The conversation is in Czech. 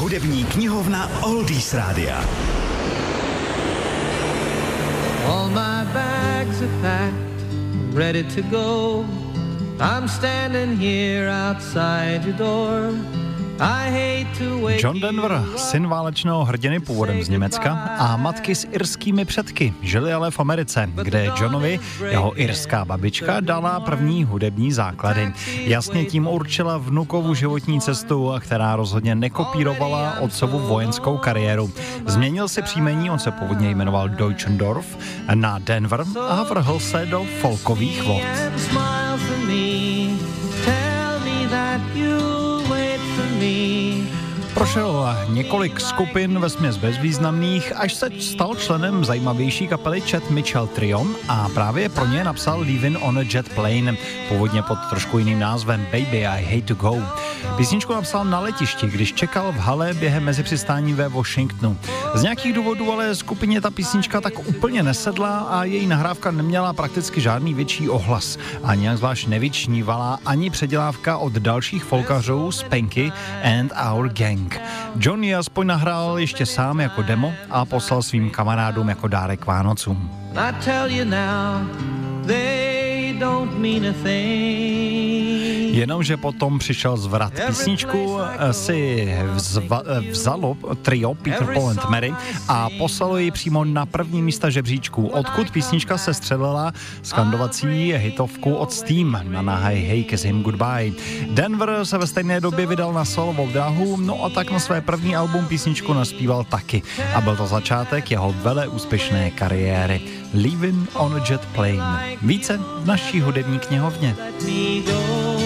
Hudební knihovna Oldies Rádia. All my bags are packed, ready to go. I'm standing here outside your door. John Denver, syn válečného hrdiny původem z Německa a matky s irskými předky, žili ale v Americe, kde Johnovi jeho irská babička dala první hudební základy. Jasně tím určila vnukovu životní cestu, která rozhodně nekopírovala otcovu vojenskou kariéru. Změnil si příjmení, on se původně jmenoval Deutschendorf, na Denver a vrhl se do folkových vod. Prošel několik skupin vesměs bezvýznamných, až se stal členem zajímavější kapely Chet Mitchell Trio a právě pro ně napsal Leavin' on a Jet Plane, původně pod trošku jiným názvem Baby I Hate to Go. Písničku napsal na letišti, když čekal v hale během mezipřistání ve Washingtonu. Z nějakých důvodů ale skupině ta písnička tak úplně nesedla a její nahrávka neměla prakticky žádný větší ohlas a nějak zvlášť nevyčnívala ani předělávka od dalších folkařů Spanky and Our Gang. John ji aspoň nahrál ještě sám jako demo a poslal svým kamarádům jako dárek Vánocům. Jenomže potom přišel zvrat. Písničku si vzalo trio Peter, Paul and Mary a poslalo ji přímo na první místa žebříčku, odkud písnička se střelila skandovací hitovku od Steam na nahaj Hey Kiss Him Goodbye. Denver se ve stejné době vydal na solovou dráhu, no a tak na své první album písničku naspíval taky. A byl to začátek jeho veleúspěšné kariéry. Leavin' on a Jet Plane. Více v naší hudební knihovně.